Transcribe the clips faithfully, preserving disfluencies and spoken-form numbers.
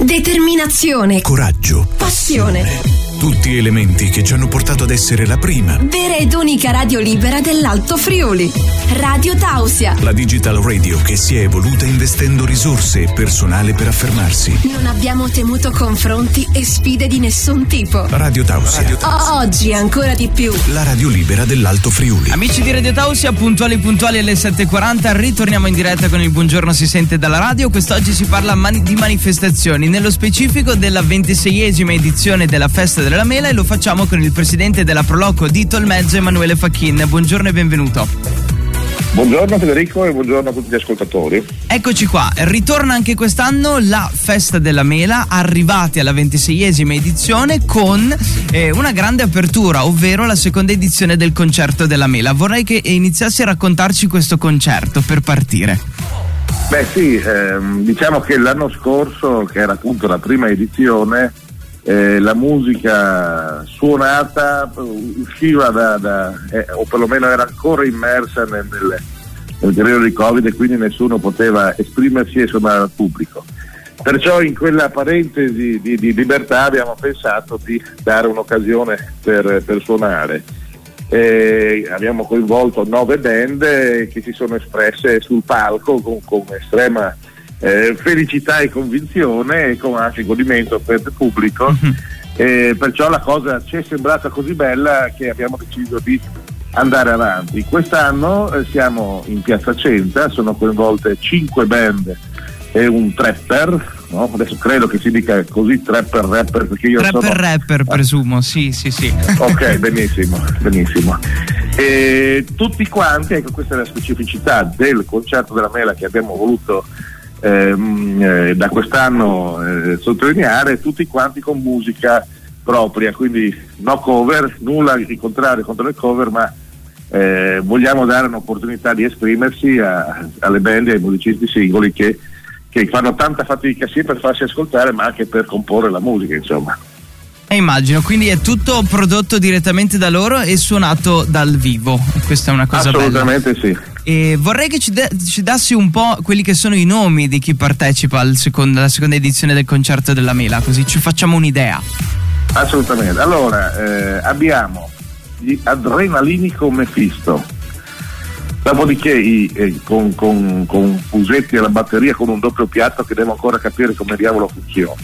determinazione, coraggio, passione. Tutti elementi che ci hanno portato ad essere la prima, vera ed unica radio libera dell'Alto Friuli. Radio Tausia. La digital radio che si è evoluta investendo risorse e personale per affermarsi. Non abbiamo temuto confronti e sfide di nessun tipo. Radio Tausia. Radio Tausia. O- oggi ancora di più. La radio libera dell'Alto Friuli. Amici di Radio Tausia, puntuali puntuali alle sette e quaranta, ritorniamo in diretta con il Buongiorno si sente dalla radio. Quest'oggi si parla mani- di manifestazioni, nello specifico della ventiseiesima edizione della Festa della Mela, e lo facciamo con il presidente della Proloco di Tolmezzo, Emanuele Facchin. Buongiorno e benvenuto. Buongiorno Federico e buongiorno a tutti gli ascoltatori. Eccoci qua, ritorna anche quest'anno la Festa della Mela, arrivati alla ventiseiesima edizione con eh, una grande apertura, ovvero la seconda edizione del Concerto della Mela. Vorrei che iniziassi a raccontarci questo concerto per partire. Beh sì, ehm, diciamo che l'anno scorso, che era appunto la prima edizione, eh, la musica suonata usciva da, da eh, o perlomeno era ancora immersa nel, nel, nel periodo di Covid, e quindi nessuno poteva esprimersi e suonare al pubblico. Perciò in quella parentesi di, di libertà abbiamo pensato di dare un'occasione per, per suonare. Eh, abbiamo coinvolto nove band eh, che si sono espresse sul palco con, con estrema eh, felicità e convinzione, e con anche godimento per il pubblico. Mm-hmm. Eh, perciò la cosa ci è sembrata così bella che abbiamo deciso di andare avanti. Quest'anno eh, siamo in Piazza Centa, sono coinvolte cinque band e un trapper, no? Adesso credo che si dica così, trapper rapper, perché io trapper sono rapper presumo, sì sì sì. Ok, benissimo, benissimo. E tutti quanti, ecco, questa è la specificità del Concerto della Mela che abbiamo voluto ehm, eh, da quest'anno eh, sottolineare, tutti quanti con musica propria, quindi no cover, nulla di contrario contro le cover, ma eh, vogliamo dare un'opportunità di esprimersi a, alle band e ai musicisti singoli che che fanno tanta fatica sia per farsi ascoltare ma anche per comporre la musica, insomma. E immagino, quindi è tutto prodotto direttamente da loro e suonato dal vivo. Questa è una cosa assolutamente bella. Sì. E vorrei che ci, de- ci dassi un po' quelli che sono i nomi di chi partecipa al secondo, alla seconda edizione del Concerto della Mela, così ci facciamo un'idea. Assolutamente. Allora, eh, abbiamo gli Adrenalinico Mephisto. Dopodiché i, eh, con, con, con Fusetti alla batteria, con un doppio piatto che devo ancora capire come diavolo funziona.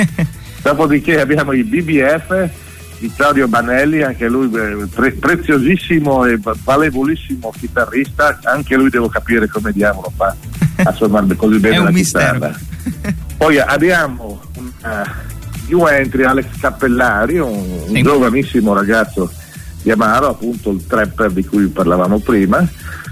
Dopodiché abbiamo i B B F di Claudio Banelli, anche lui eh, pre- preziosissimo e valevolissimo chitarrista, anche lui devo capire come diavolo fa a suonare così bene la chitarra. Poi abbiamo una new entry, Alex Cappellari, un, un sì. giovanissimo ragazzo di Amaro, appunto il trapper di cui parlavamo prima.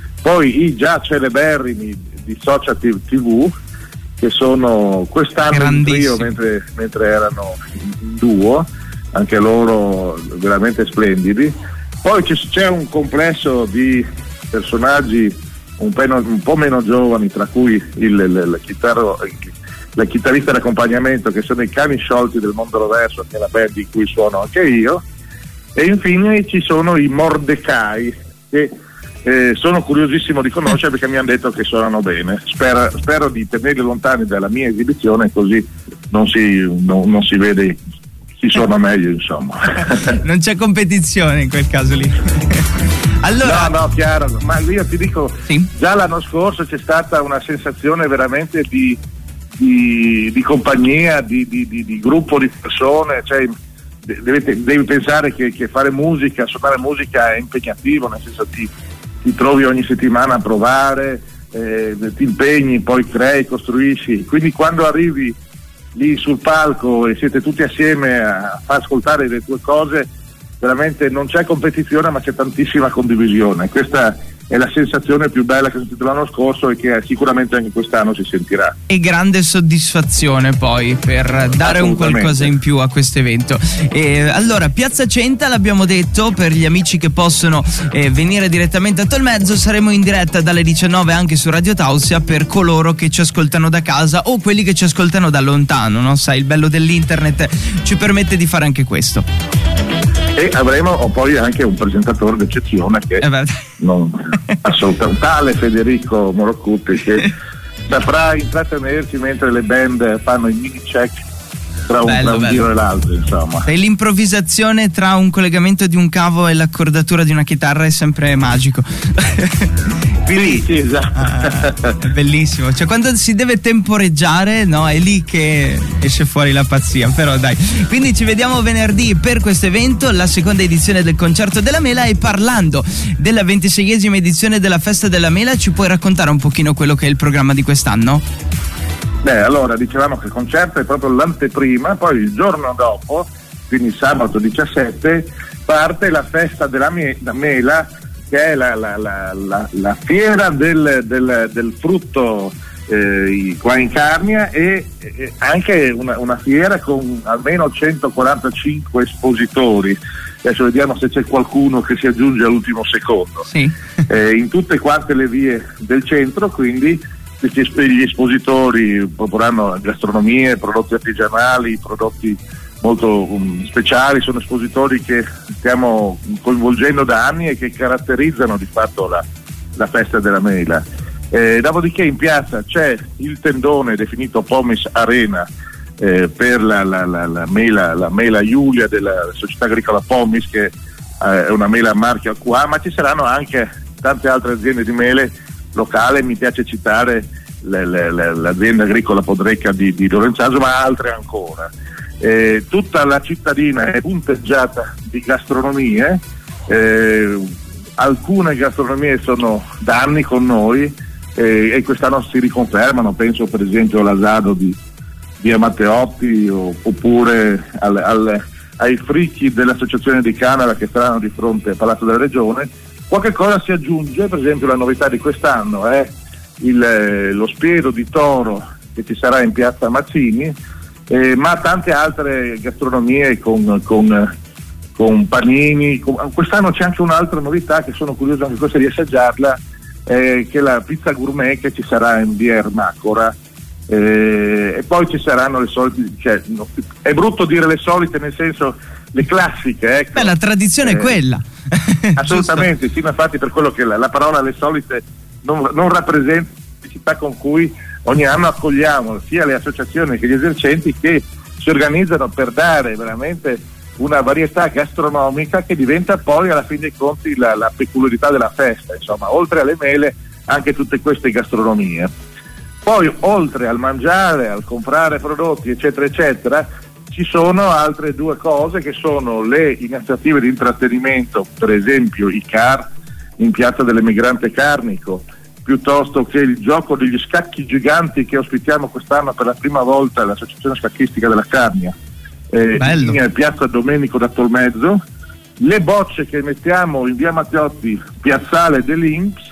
Poi i già celeberrimi Dissociative tivù, che sono quest'anno in trio mentre, mentre erano in duo, anche loro veramente splendidi. Poi c'è un complesso di personaggi un po', un po' meno giovani, tra cui il, il, il, chitarro, il chitarrista d'accompagnamento, che sono i Cani Sciolti del Mondo Roverso, che è la band di cui suono anche io. E infine ci sono i Mordecai, che Eh, sono curiosissimo di conoscere perché mi hanno detto che suonano bene. Spero, spero di tenerli lontani dalla mia esibizione, così non si, non, non si vede chi suona meglio, insomma. Non c'è competizione in quel caso lì. Allora... No, no, chiaro, ma io ti dico, sì? Già l'anno scorso c'è stata una sensazione veramente di, di, di compagnia, di, di, di, di gruppo di persone, cioè devi, devi pensare che, che fare musica, suonare musica è impegnativo, nel senso ti ti trovi ogni settimana a provare, eh, ti impegni, poi crei, costruisci, quindi quando arrivi lì sul palco e siete tutti assieme a far ascoltare le tue cose, veramente non c'è competizione ma c'è tantissima condivisione. Questa è la sensazione più bella che ho sentito l'anno scorso e che sicuramente anche quest'anno si sentirà. E grande soddisfazione poi per dare un qualcosa in più a questo evento. E allora, Piazza Centa, l'abbiamo detto, per gli amici che possono eh, venire direttamente a Tolmezzo, saremo in diretta dalle diciannove anche su Radio Tausia per coloro che ci ascoltano da casa o quelli che ci ascoltano da lontano, no? Sai, il bello dell'internet ci permette di fare anche questo. E avremo poi anche un presentatore d'eccezione che eh non, assolutamente tale Federico Moroccutti, che saprà intrattenerci mentre le band fanno i mini check tra un, bello, tra un bello. giro e l'altro, insomma. E l'improvvisazione tra un collegamento di un cavo e l'accordatura di una chitarra è sempre magico. Quindi, sì, sì, esatto. Ah, è bellissimo, cioè quando si deve temporeggiare, no, è lì che esce fuori la pazzia, però dai. Quindi ci vediamo venerdì per questo evento, la seconda edizione del Concerto della Mela, e parlando della ventiseiesima edizione della Festa della Mela, ci puoi raccontare un pochino quello che è il programma di quest'anno? Beh, allora dicevamo che il concerto è proprio l'anteprima, poi il giorno dopo, quindi sabato diciassette, parte la Festa della Mela, che è la, la, la, la, la fiera del, del, del frutto eh, qua in Carnia, e, e anche una, una fiera con almeno centoquarantacinque espositori. Adesso vediamo se c'è qualcuno che si aggiunge all'ultimo secondo. Sì. Eh, in tutte quante le vie del centro, quindi gli espositori proporranno gastronomie, prodotti artigianali, prodotti molto um, speciali. Sono espositori che stiamo coinvolgendo da anni e che caratterizzano di fatto la, la Festa della Mela. Eh, dopodiché in piazza c'è il tendone definito Pomis Arena eh, per la, la, la, la, mela, la mela Giulia della Società Agricola Pomis, che eh, è una mela marchio Q A, ma ci saranno anche tante altre aziende di mele locali. Mi piace citare le, le, le, l'azienda agricola Podrecca di, di Lorenzano, ma altre ancora. Eh, tutta la cittadina è punteggiata di gastronomie, eh, alcune gastronomie sono da anni con noi eh, e quest'anno si riconfermano, penso per esempio all'Asado di, di Matteotti o, oppure al, al, ai fricchi dell'Associazione di Canada che saranno di fronte al Palazzo della Regione. Qualche cosa si aggiunge, per esempio la novità di quest'anno è il, lo spiedo di toro che ci sarà in piazza Mazzini, Eh, ma tante altre gastronomie con, con, con panini. Con, quest'anno c'è anche un'altra novità che sono curioso anche questa di assaggiarla, eh, che è la pizza gourmet che ci sarà in via Ermacora, eh, e poi ci saranno le solite, cioè, no, è brutto dire le solite, nel senso le classiche, ecco. Beh, la tradizione eh, è quella. Assolutamente, sì, ma infatti per quello che la, la parola le solite non, non rappresenta la città con cui ogni anno accogliamo sia le associazioni che gli esercenti che si organizzano per dare veramente una varietà gastronomica che diventa poi alla fine dei conti la, la peculiarità della festa, insomma, oltre alle mele anche tutte queste gastronomie. Poi oltre al mangiare, al comprare prodotti eccetera eccetera, ci sono altre due cose che sono le iniziative di intrattenimento, per esempio i C A R in piazza dell'Emigrante Carnico, piuttosto che il gioco degli scacchi giganti che ospitiamo quest'anno per la prima volta all'Associazione Scacchistica della Carnia, eh, in piazza Domenico da Tolmezzo, le bocce che mettiamo in via Matteotti, piazzale dell'I N P S,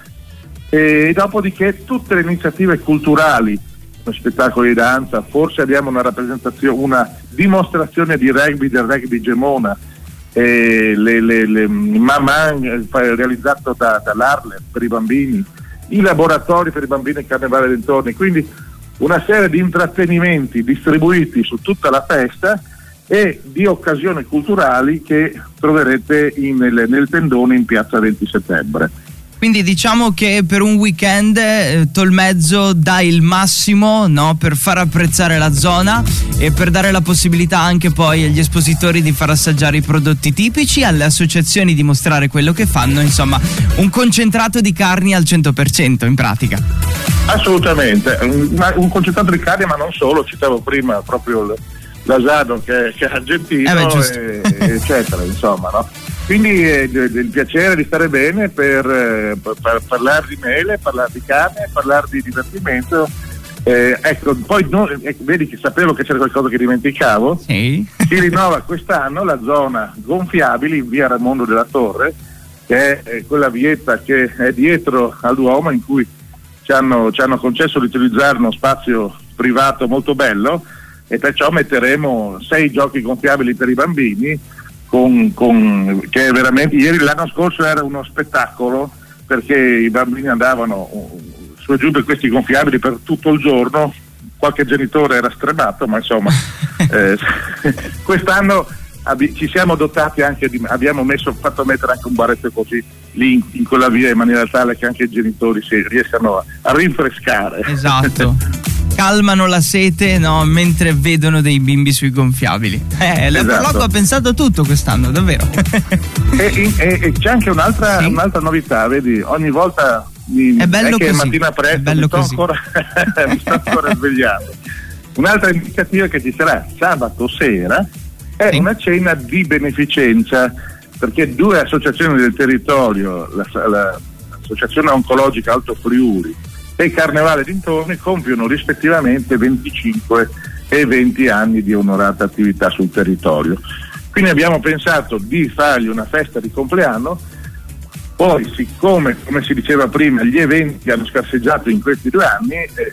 e dopodiché tutte le iniziative culturali, spettacoli di danza, forse abbiamo una rappresentazione, una dimostrazione di rugby del rugby Gemona, eh, le, le, le Maman eh, realizzato da, dall'Arle per i bambini, i laboratori per i bambini in Carnevale dintorni, quindi una serie di intrattenimenti distribuiti su tutta la festa e di occasioni culturali che troverete in, nel, nel tendone in piazza venti settembre. Quindi diciamo che per un weekend eh, Tolmezzo dà il massimo, no, per far apprezzare la zona e per dare la possibilità anche poi agli espositori di far assaggiare i prodotti tipici, alle associazioni di mostrare quello che fanno, insomma un concentrato di carni al cento per cento in pratica. Assolutamente, un, un concentrato di carni, ma non solo, citavo prima proprio l'Asado che, che è argentino, eh beh, e, eccetera, insomma, no? Quindi eh, il piacere di stare bene per, eh, per parlare di mele, parlare di carne, parlare di divertimento. Eh, ecco, poi no, eh, vedi che sapevo che c'era qualcosa che dimenticavo. Sì. Si rinnova quest'anno la zona gonfiabili in via Raimondo della Torre, che è eh, quella vietta che è dietro al Duomo, in cui ci hanno, ci hanno concesso di utilizzare uno spazio privato molto bello, e perciò metteremo sei giochi gonfiabili per i bambini. Con, con, che veramente ieri, l'anno scorso era uno spettacolo, perché i bambini andavano su e giù per questi gonfiabili per tutto il giorno, qualche genitore era stremato, ma insomma eh, quest'anno abbi- ci siamo dotati anche di, abbiamo messo, fatto mettere anche un baretto così lì in, in quella via, in maniera tale che anche i genitori si riescano a, a rinfrescare. Esatto. calmano la sete, no, mentre vedono dei bimbi sui gonfiabili. Eh, la Esatto. Proloco ha pensato a tutto quest'no, davvero. E, e, e c'è anche un'altra, Sì. un'altra novità, vedi, ogni volta mi, È bello che così, mattina è presto bello mi sto, così. ancora, mi sto ancora svegliando. Un'altra iniziativa che ci sarà sabato sera è Sì. una cena di beneficenza, perché due associazioni del territorio, la, la, l'associazione oncologica Alto Friuli e il Carnevale dintorni, compiono rispettivamente venticinque e venti anni di onorata attività sul territorio. Quindi abbiamo pensato di fargli una festa di compleanno. Poi, siccome, come si diceva prima, gli eventi hanno scarseggiato in questi due anni,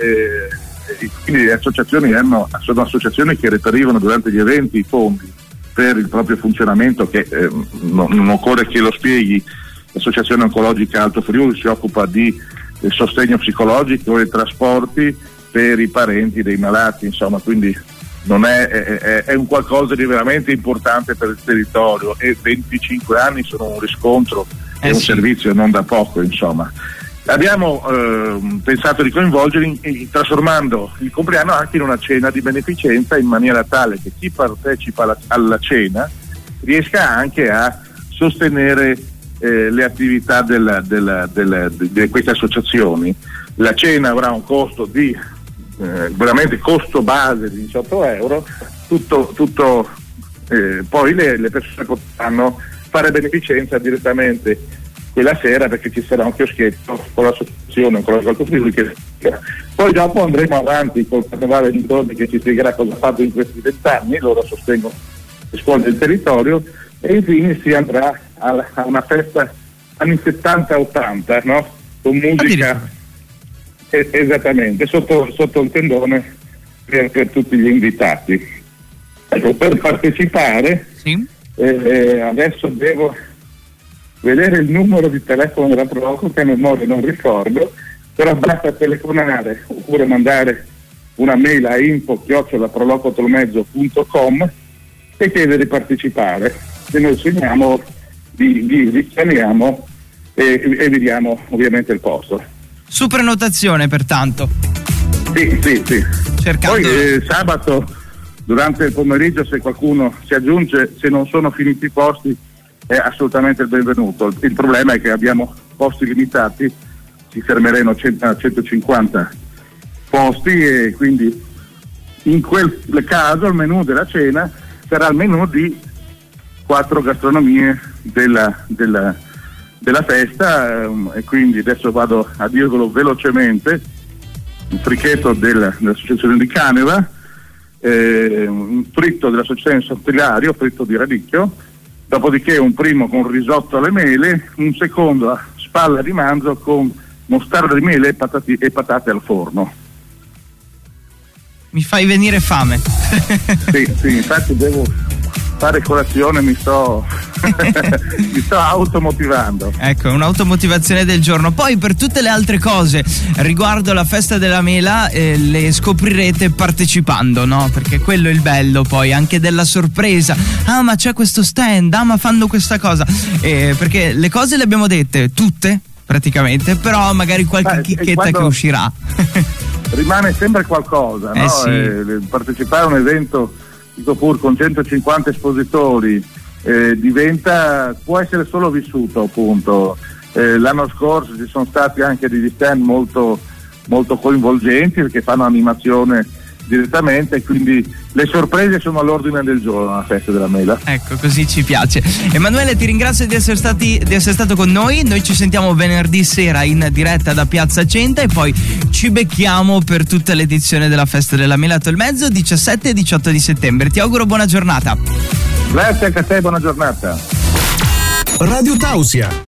eh, e quindi le associazioni hanno, sono associazioni che reperivano durante gli eventi i fondi per il proprio funzionamento, che eh, non, non occorre che lo spieghi. L'associazione oncologica Alto Friuli si occupa di del sostegno psicologico e trasporti per i parenti dei malati, insomma, quindi non è, è, è un qualcosa di veramente importante per il territorio, e venticinque anni sono un riscontro e Eh un sì. servizio non da poco, insomma. Abbiamo eh, pensato di coinvolgere in, in, trasformando il compleanno anche in una cena di beneficenza, in maniera tale che chi partecipa alla, alla cena riesca anche a sostenere eh, le attività della, della, della, di, di queste associazioni. La cena avrà un costo di eh, veramente costo base di diciotto euro, tutto, tutto eh, poi le, le persone potranno fare beneficenza direttamente quella sera, perché ci sarà un chioschetto con l'associazione con l'Alto Friuli che poi dopo andremo avanti col Carnevale dintorni, che ci spiegherà cosa ha fatto in questi vent'anni. Loro sostengono le scuole del territorio, e infine si andrà a, a una festa anni settanta ottanta, no? Con musica eh, esattamente sotto, sotto il tendone per, per tutti gli invitati. Ecco, per partecipare Sì. eh, adesso devo vedere il numero di telefono della Proloco, che a memoria non ricordo, però basta telefonare oppure mandare una mail a info chiocciola prolocotolmezzo punto com e chiedere di partecipare, e noi segniamo, vi, vi, vi chiamiamo e, e vi diamo ovviamente il posto. Su prenotazione, pertanto. Sì, sì, sì. Cercando... Poi eh, sabato durante il pomeriggio, se qualcuno si aggiunge, se non sono finiti i posti, è assolutamente il benvenuto. Il problema è che abbiamo posti limitati, si fermeremo a centocinquanta posti, e quindi in quel caso il menù della cena sarà il menù di quattro gastronomie della, della, della festa, ehm, e quindi adesso vado a dirvelo velocemente: un frichetto del, dell'associazione di Caneva, eh, un fritto dell'associazione Sottilario, fritto di radicchio, dopodiché un primo con risotto alle mele, un secondo a spalla di manzo con mostarda di mele e, patati, e patate al forno. Mi fai venire fame. Sì, sì, infatti devo fare colazione, mi sto mi sto automotivando. Ecco, un'automotivazione del giorno. Poi per tutte le altre cose riguardo la festa della mela eh, le scoprirete partecipando, no? Perché quello è il bello poi anche della sorpresa. Ah, ma c'è questo stand, ah, ma fanno questa cosa. Eh, perché le cose le abbiamo dette tutte praticamente, però magari qualche Beh, chicchetta quando... che uscirà. Rimane sempre qualcosa, eh no? sì. eh, partecipare a un evento, dico pur, con centocinquanta espositori, eh, diventa, può essere solo vissuto, appunto. Eh, l'anno scorso ci sono stati anche degli stand molto, molto coinvolgenti, perché fanno animazione direttamente, quindi le sorprese sono all'ordine del giorno alla festa della mela. Ecco, così ci piace. Emanuele, ti ringrazio di essere stati di essere stato con noi. Noi ci sentiamo venerdì sera in diretta da Piazza Centa, e poi ci becchiamo per tutta l'edizione della festa della mela a Tolmezzo, diciassette e diciotto di settembre. Ti auguro buona giornata. Grazie anche a te, buona giornata. Radio Tausia.